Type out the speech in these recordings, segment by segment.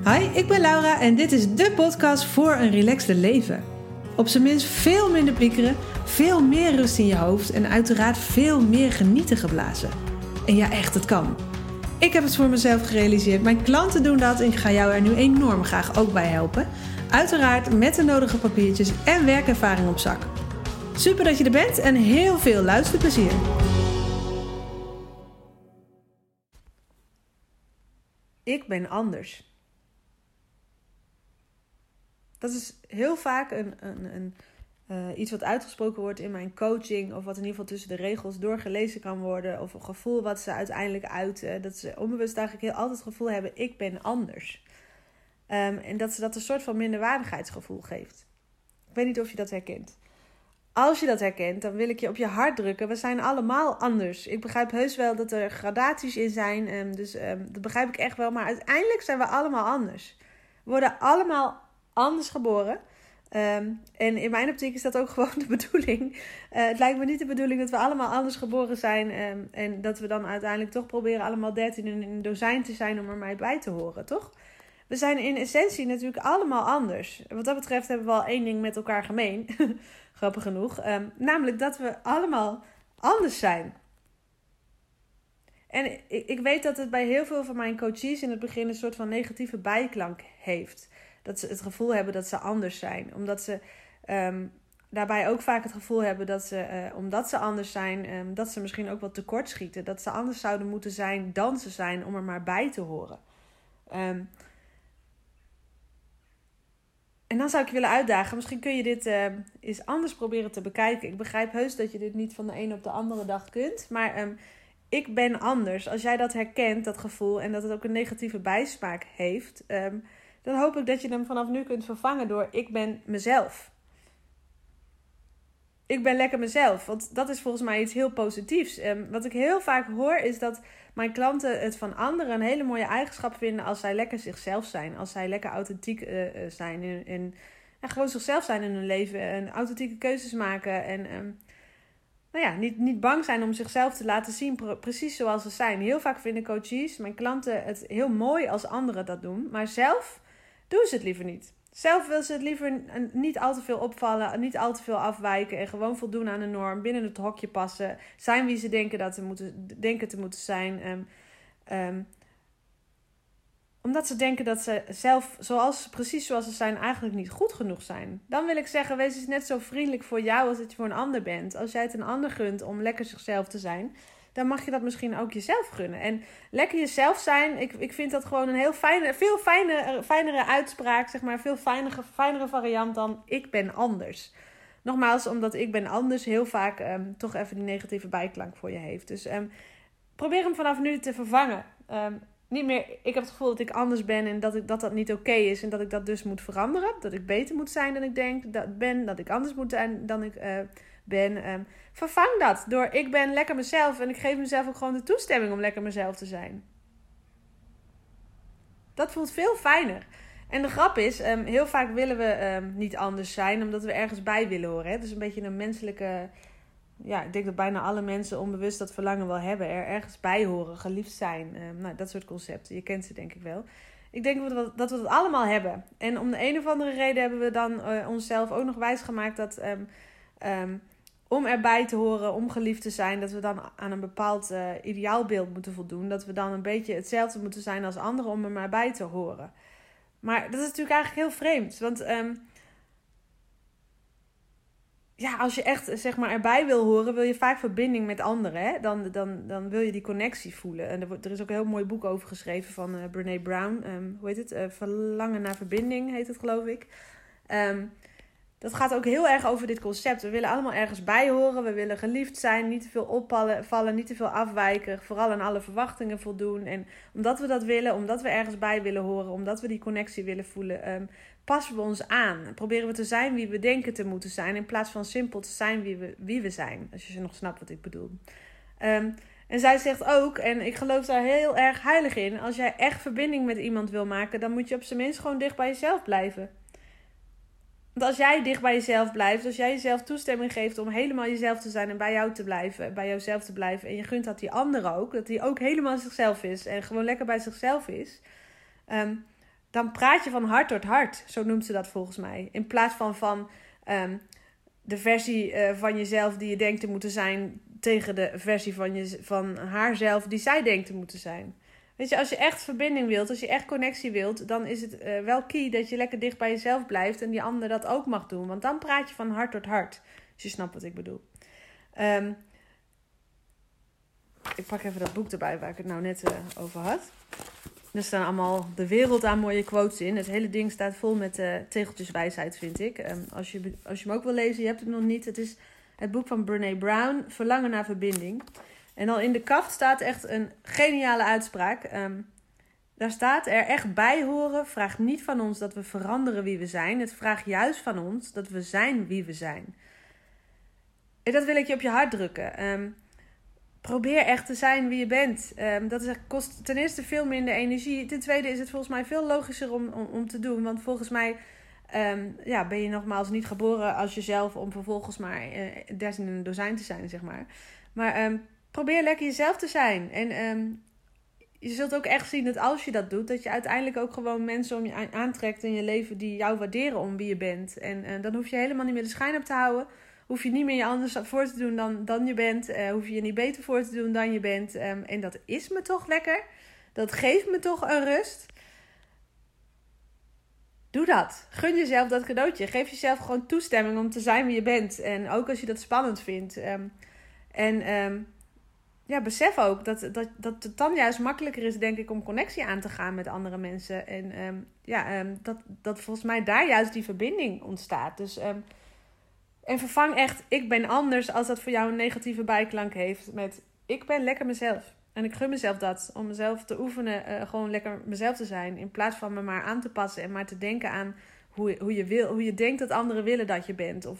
Hi, ik ben Laura en dit is de podcast voor een relaxter leven. Op zijn minst veel minder piekeren, veel meer rust in je hoofd en uiteraard veel meer genieten geblazen. En ja, echt, het kan. Ik heb het voor mezelf gerealiseerd, mijn klanten doen dat en ik ga jou er nu enorm graag ook bij helpen. Uiteraard met de nodige papiertjes en werkervaring op zak. Super dat je er bent en heel veel luisterplezier. Ik ben anders. Dat is heel vaak iets wat uitgesproken wordt in mijn coaching, of wat in ieder geval tussen de regels doorgelezen kan worden, of een gevoel wat ze uiteindelijk uiten. Dat ze onbewust eigenlijk heel altijd het gevoel hebben, ik ben anders. En dat ze dat een soort van minderwaardigheidsgevoel geeft. Ik weet niet of je dat herkent. Als je dat herkent, dan wil ik je op je hart drukken. We zijn allemaal anders. Ik begrijp heus wel dat er gradaties in zijn. Dat begrijp ik echt wel. Maar uiteindelijk zijn we allemaal anders. We worden allemaal anders geboren. En in mijn optiek is dat ook gewoon de bedoeling. Het lijkt me niet de bedoeling dat we allemaal anders geboren zijn. En dat we dan uiteindelijk toch proberen allemaal 13 in een dozijn te zijn om er mij bij te horen, toch? We zijn in essentie natuurlijk allemaal anders. Wat dat betreft hebben we al één ding met elkaar gemeen. Grappig genoeg. Namelijk dat we allemaal anders zijn. En ik weet dat het bij heel veel van mijn coaches in het begin een soort van negatieve bijklank heeft. Dat ze het gevoel hebben dat ze anders zijn. Omdat ze daarbij ook vaak het gevoel hebben dat ze, omdat ze anders zijn, dat ze misschien ook wat tekortschieten. Dat ze anders zouden moeten zijn dan ze zijn om er maar bij te horen. En dan zou ik je willen uitdagen, misschien kun je dit eens anders proberen te bekijken. Ik begrijp heus dat je dit niet van de ene op de andere dag kunt. Maar ik ben anders. Als jij dat herkent, dat gevoel, en dat het ook een negatieve bijsmaak heeft, dan hoop ik dat je hem vanaf nu kunt vervangen door ik ben mezelf. Ik ben lekker mezelf, want dat is volgens mij iets heel positiefs. Wat ik heel vaak hoor is dat mijn klanten het van anderen een hele mooie eigenschap vinden als zij lekker zichzelf zijn. Als zij lekker authentiek zijn en gewoon zichzelf zijn in hun leven. En authentieke keuzes maken en niet bang zijn om zichzelf te laten zien precies zoals ze zijn. Heel vaak vinden coaches, mijn klanten, het heel mooi als anderen dat doen. Maar zelf doen ze het liever niet. Zelf wil ze het liever niet al te veel opvallen, niet al te veel afwijken en gewoon voldoen aan de norm, binnen het hokje passen, zijn wie ze denken te moeten zijn. Omdat ze denken dat ze zelf, precies zoals ze zijn, eigenlijk niet goed genoeg zijn. Dan wil ik zeggen, wees eens net zo vriendelijk voor jou als dat je voor een ander bent. Als jij het een ander gunt om lekker zichzelf te zijn, dan mag je dat misschien ook jezelf gunnen. En lekker jezelf zijn, ik vind dat gewoon een heel veel fijnere uitspraak, zeg maar, veel fijnere variant dan ik ben anders. Nogmaals, omdat ik ben anders heel vaak toch even die negatieve bijklank voor je heeft. Dus probeer hem vanaf nu te vervangen. Niet meer, ik heb het gevoel dat ik anders ben en dat niet oké is en dat ik dat dus moet veranderen. Dat ik beter moet zijn dan ik denk dat ik anders moet zijn dan ik ben. Vervang dat door ik ben lekker mezelf en ik geef mezelf ook gewoon de toestemming om lekker mezelf te zijn. Dat voelt veel fijner. En de grap is, heel vaak willen we niet anders zijn omdat we ergens bij willen horen. Hè? Dus een beetje een menselijke, ik denk dat bijna alle mensen onbewust dat verlangen wel hebben. Er ergens bij horen, geliefd zijn, dat soort concepten. Je kent ze denk ik wel. Ik denk dat we dat allemaal hebben. En om de een of andere reden hebben we dan onszelf ook nog wijsgemaakt dat om erbij te horen, om geliefd te zijn, dat we dan aan een bepaald ideaalbeeld moeten voldoen. Dat we dan een beetje hetzelfde moeten zijn als anderen om er maar bij te horen. Maar dat is natuurlijk eigenlijk heel vreemd. Want als je echt zeg maar erbij wil horen, wil je vaak verbinding met anderen. Hè? Dan wil je die connectie voelen. En er is ook een heel mooi boek over geschreven van Brené Brown. Hoe heet het? Verlangen naar verbinding heet het, geloof ik. Dat gaat ook heel erg over dit concept. We willen allemaal ergens bij horen. We willen geliefd zijn. Niet te veel opvallen. Niet te veel afwijken. Vooral aan alle verwachtingen voldoen. En omdat we dat willen. Omdat we ergens bij willen horen. Omdat we die connectie willen voelen. Passen we ons aan. Proberen we te zijn wie we denken te moeten zijn. In plaats van simpel te zijn wie we zijn. Als je nog snapt wat ik bedoel. En zij zegt ook. En ik geloof daar heel erg heilig in. Als jij echt verbinding met iemand wil maken. Dan moet je op zijn minst gewoon dicht bij jezelf blijven. Want als jij dicht bij jezelf blijft, als jij jezelf toestemming geeft om helemaal jezelf te zijn en bij jouzelf te blijven en je gunt dat die ander ook, dat die ook helemaal zichzelf is en gewoon lekker bij zichzelf is, dan praat je van hart tot hart. Zo noemt ze dat volgens mij. In plaats van de versie van jezelf die je denkt te moeten zijn tegen de versie van haarzelf die zij denkt te moeten zijn. Weet je, als je echt verbinding wilt, als je echt connectie wilt, dan is het wel key dat je lekker dicht bij jezelf blijft en die ander dat ook mag doen. Want dan praat je van hart tot hart. Als je snapt wat ik bedoel. Ik pak even dat boek erbij waar ik het nou net over had. Er staan allemaal de wereld aan mooie quotes in. Het hele ding staat vol met tegeltjeswijsheid, vind ik. Als je hem ook wil lezen, je hebt het nog niet. Het is het boek van Brené Brown, Verlangen naar verbinding. En dan in de kaft staat echt een geniale uitspraak. Daar staat er echt bij horen. Vraag niet van ons dat we veranderen wie we zijn. Het vraagt juist van ons dat we zijn wie we zijn. En dat wil ik je op je hart drukken. Probeer echt te zijn wie je bent. Kost ten eerste veel minder energie. Ten tweede is het volgens mij veel logischer om te doen. Want volgens mij ben je nogmaals niet geboren als jezelf om vervolgens maar 13 in een dozijn te zijn, zeg maar. Maar probeer lekker jezelf te zijn. En je zult ook echt zien dat als je dat doet, dat je uiteindelijk ook gewoon mensen om je aantrekt in je leven die jou waarderen om wie je bent. En dan hoef je helemaal niet meer de schijn op te houden. Hoef je niet meer je anders voor te doen dan je bent. Hoef je je niet beter voor te doen dan je bent. En dat is me toch lekker. Dat geeft me toch een rust. Doe dat. Gun jezelf dat cadeautje. Geef jezelf gewoon toestemming om te zijn wie je bent. En ook als je dat spannend vindt. Besef ook dat het dan juist makkelijker is, denk ik, om connectie aan te gaan met andere mensen. En dat volgens mij daar juist die verbinding ontstaat. Dus en vervang echt, ik ben anders, als dat voor jou een negatieve bijklank heeft, met ik ben lekker mezelf. En ik gun mezelf dat, om mezelf te oefenen, gewoon lekker mezelf te zijn. In plaats van me maar aan te passen en maar te denken aan hoe je denkt dat anderen willen dat je bent. Of,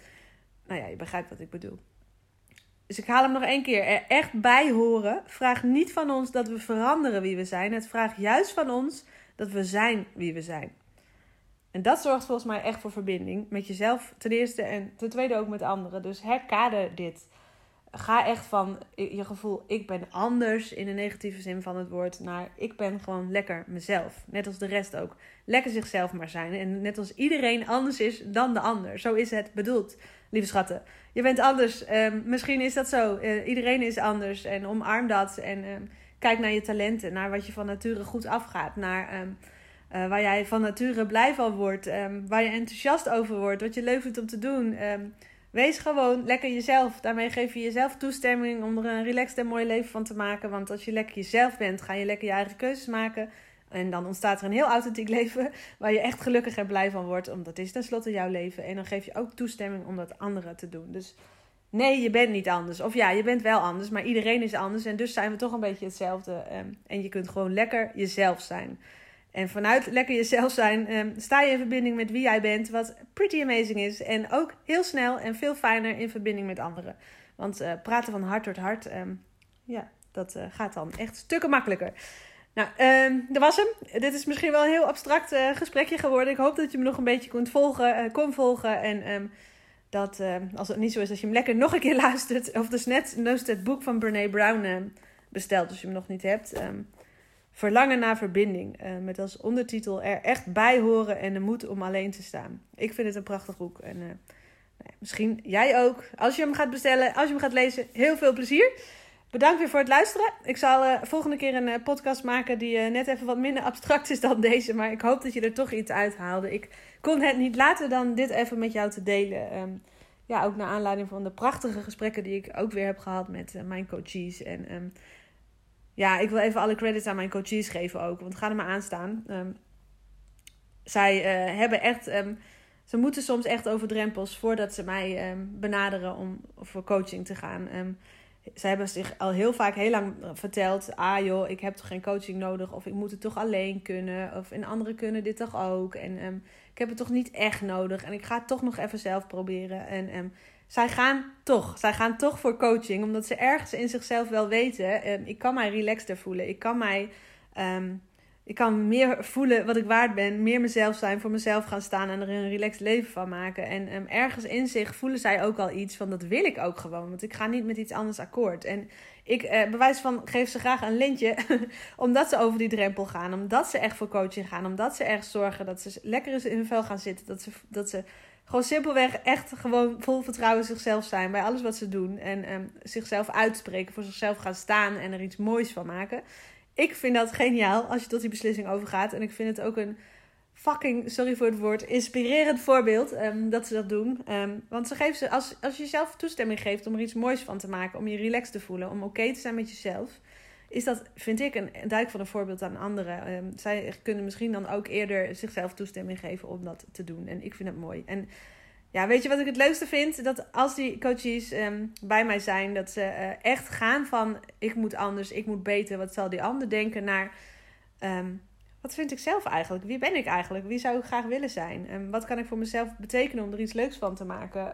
je begrijpt wat ik bedoel. Dus ik haal hem nog 1 keer. Er echt bij horen. Vraag niet van ons dat we veranderen wie we zijn. Het vraagt juist van ons dat we zijn wie we zijn. En dat zorgt volgens mij echt voor verbinding. Met jezelf ten eerste en ten tweede ook met anderen. Dus herkader dit. Ga echt van je gevoel, ik ben anders in de negatieve zin van het woord, naar ik ben gewoon lekker mezelf. Net als de rest ook. Lekker zichzelf maar zijn. En net als iedereen anders is dan de ander. Zo is het bedoeld, lieve schatten. Je bent anders. Misschien is dat zo. Iedereen is anders. En omarm dat. En kijk naar je talenten. Naar wat je van nature goed afgaat. Naar waar jij van nature blij van wordt. Waar je enthousiast over wordt. Wat je leuk vindt om te doen. Wees gewoon lekker jezelf. Daarmee geef je jezelf toestemming om er een relaxed en mooi leven van te maken. Want als je lekker jezelf bent, ga je lekker je eigen keuzes maken. En dan ontstaat er een heel authentiek leven waar je echt gelukkig en blij van wordt. Want dat is tenslotte jouw leven. En dan geef je ook toestemming om dat anderen te doen. Dus nee, je bent niet anders. Of ja, je bent wel anders, maar iedereen is anders. En dus zijn we toch een beetje hetzelfde. En je kunt gewoon lekker jezelf zijn. En vanuit lekker jezelf zijn sta je in verbinding met wie jij bent. Wat pretty amazing is. En ook heel snel en veel fijner in verbinding met anderen. Want praten van hart tot hart, dat gaat dan echt stukken makkelijker. Nou, dat was hem. Dit is misschien wel een heel abstract gesprekje geworden. Ik hoop dat je me nog een beetje kon volgen. En dat, als het niet zo is, dat je hem lekker nog een keer luistert. Of dus net het boek van Brené Brown bestelt, als je hem nog niet hebt. Verlangen naar verbinding. Met als ondertitel er echt bij horen en de moed om alleen te staan. Ik vind het een prachtig boek. En misschien jij ook. Als je hem gaat bestellen, als je hem gaat lezen, heel veel plezier. Bedankt weer voor het luisteren. Ik zal volgende keer een podcast maken die net even wat minder abstract is dan deze. Maar ik hoop dat je er toch iets uithaalde. Ik kon het niet laten dan dit even met jou te delen. Ook naar aanleiding van de prachtige gesprekken die ik ook weer heb gehad met mijn coaches. En ik wil even alle credits aan mijn coaches geven ook. Want ga er maar aan staan. Zij hebben echt... ze moeten soms echt over drempels voordat ze mij benaderen om voor coaching te gaan. Ze hebben zich al heel lang verteld... ik heb toch geen coaching nodig... of ik moet het toch alleen kunnen... of en anderen kunnen dit toch ook... en ik heb het toch niet echt nodig... en ik ga het toch nog even zelf proberen... en zij gaan toch voor coaching... omdat ze ergens in zichzelf wel weten... ik kan mij relaxter voelen... ik kan mij Ik kan meer voelen wat ik waard ben. Meer mezelf zijn, voor mezelf gaan staan en er een relaxed leven van maken. En ergens in zich voelen zij ook al iets van, dat wil ik ook gewoon. Want ik ga niet met iets anders akkoord. En ik, bewijs van, geef ze graag een lintje. Omdat ze over die drempel gaan. Omdat ze echt voor coaching gaan. Omdat ze echt zorgen dat ze lekker in hun vel gaan zitten. Dat ze gewoon simpelweg echt gewoon vol vertrouwen zichzelf zijn bij alles wat ze doen. En zichzelf uitspreken, voor zichzelf gaan staan en er iets moois van maken. Ik vind dat geniaal als je tot die beslissing overgaat. En ik vind het ook een fucking, sorry voor het woord, inspirerend voorbeeld dat ze dat doen. Want ze geven als je jezelf toestemming geeft om er iets moois van te maken, om je relaxed te voelen, om oké te zijn met jezelf, is dat, vind ik, een duidelijk van een voorbeeld aan anderen. Zij kunnen misschien dan ook eerder zichzelf toestemming geven om dat te doen. En ik vind het mooi. En ja, weet je wat ik het leukste vind? Dat als die coaches bij mij zijn, dat ze echt gaan van, ik moet anders, ik moet beter. Wat zal die ander denken, naar wat vind ik zelf eigenlijk? Wie ben ik eigenlijk? Wie zou ik graag willen zijn? Wat kan ik voor mezelf betekenen om er iets leuks van te maken?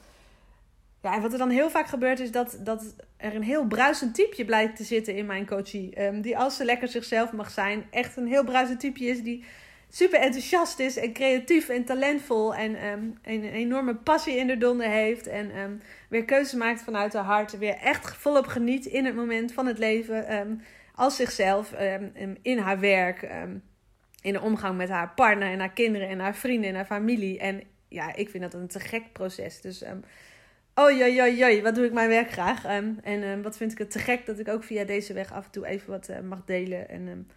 Ja, en wat er dan heel vaak gebeurt is dat er een heel bruisend typeje blijkt te zitten in mijn coachie. Die als ze lekker zichzelf mag zijn, echt een heel bruisend typeje is die super enthousiast is en creatief en talentvol en een enorme passie in de donder heeft en weer keuzes maakt vanuit haar hart, weer echt volop geniet in het moment van het leven, als zichzelf, in haar werk, in de omgang met haar partner en haar kinderen en haar vrienden en haar familie. En ja, ik vind dat een te gek proces. Dus wat doe ik mijn werk graag. En wat vind ik het te gek dat ik ook via deze weg af en toe even wat mag delen. En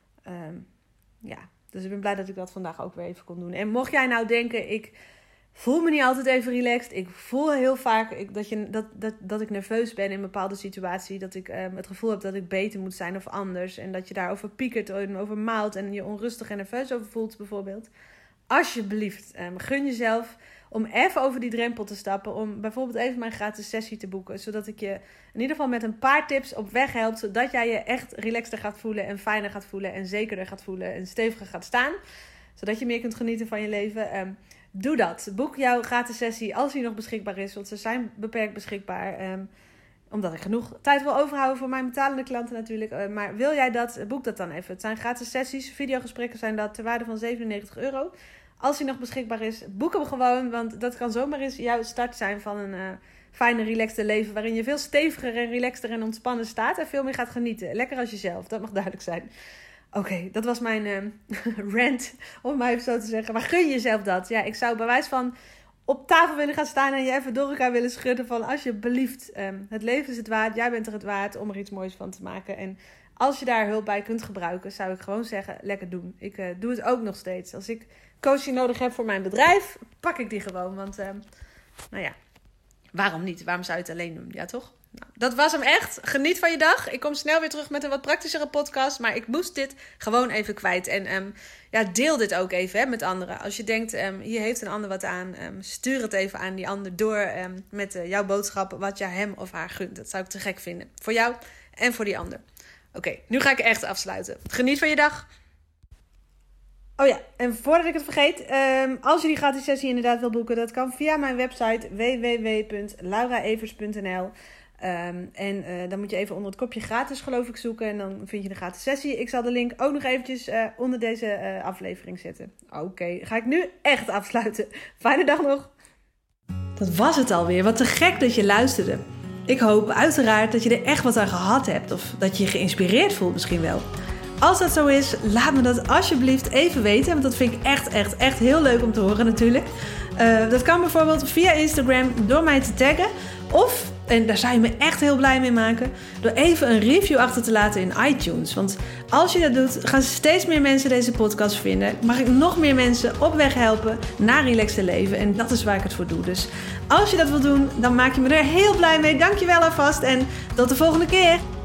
ja, dus ik ben blij dat ik dat vandaag ook weer even kon doen. En mocht jij nou denken, ik voel me niet altijd even relaxed. Ik voel heel vaak dat ik nerveus ben in een bepaalde situatie. Dat ik het gevoel heb dat ik beter moet zijn of anders. En dat je daarover piekert en over maalt en je onrustig en nerveus over voelt bijvoorbeeld. Alsjeblieft, gun jezelf om even over die drempel te stappen. Om bijvoorbeeld even mijn gratis sessie te boeken. Zodat ik je in ieder geval met een paar tips op weg help. Zodat jij je echt relaxter gaat voelen en fijner gaat voelen. En zekerder gaat voelen en steviger gaat staan. Zodat je meer kunt genieten van je leven. Doe dat. Boek jouw gratis sessie als die nog beschikbaar is. Want ze zijn beperkt beschikbaar. Omdat ik genoeg tijd wil overhouden voor mijn betalende klanten natuurlijk. Maar wil jij dat, boek dat dan even. Het zijn gratis sessies. Videogesprekken zijn dat ter waarde van €97. Als die nog beschikbaar is, boek hem gewoon. Want dat kan zomaar eens jouw start zijn van een fijne, relaxte leven. Waarin je veel steviger en relaxter en ontspannen staat. En veel meer gaat genieten. Lekker als jezelf. Dat mag duidelijk zijn. Oké, dat was mijn rant. Om maar even zo te zeggen. Maar gun jezelf dat. Ja, ik zou bij wijze van op tafel willen gaan staan. En je even door elkaar willen schudden. Van alsjeblieft. Het leven is het waard. Jij bent er het waard om er iets moois van te maken. En als je daar hulp bij kunt gebruiken, zou ik gewoon zeggen, lekker doen. Ik doe het ook nog steeds. Als ik coaching nodig heb voor mijn bedrijf, pak ik die gewoon. Want, nou ja, waarom niet? Waarom zou je het alleen doen? Ja, toch? Nou, dat was hem echt. Geniet van je dag. Ik kom snel weer terug met een wat praktischere podcast. Maar ik moest dit gewoon even kwijt. En deel dit ook even met anderen. Als je denkt, hier heeft een ander wat aan. Stuur het even aan die ander door met jouw boodschap. Wat je hem of haar gunt. Dat zou ik te gek vinden. Voor jou en voor die ander. Oké, nu ga ik echt afsluiten. Geniet van je dag. Oh ja, en voordat ik het vergeet, als je die gratis sessie inderdaad wil boeken, dat kan via mijn website www.lauraevers.nl. Dan moet je even onder het kopje gratis geloof ik zoeken en dan vind je de gratis sessie. Ik zal de link ook nog eventjes onder deze aflevering zetten. Oké, ga ik nu echt afsluiten. Fijne dag nog. Dat was het alweer. Wat te gek dat je luisterde. Ik hoop uiteraard dat je er echt wat aan gehad hebt of dat je je geïnspireerd voelt misschien wel. Als dat zo is, laat me dat alsjeblieft even weten. Want dat vind ik echt heel leuk om te horen natuurlijk. Dat kan bijvoorbeeld via Instagram door mij te taggen. Of, en daar zou je me echt heel blij mee maken, door even een review achter te laten in iTunes. Want als je dat doet, gaan steeds meer mensen deze podcast vinden. Mag ik nog meer mensen op weg helpen naar relaxte leven. En dat is waar ik het voor doe. Dus als je dat wilt doen, dan maak je me er heel blij mee. Dankjewel alvast en tot de volgende keer.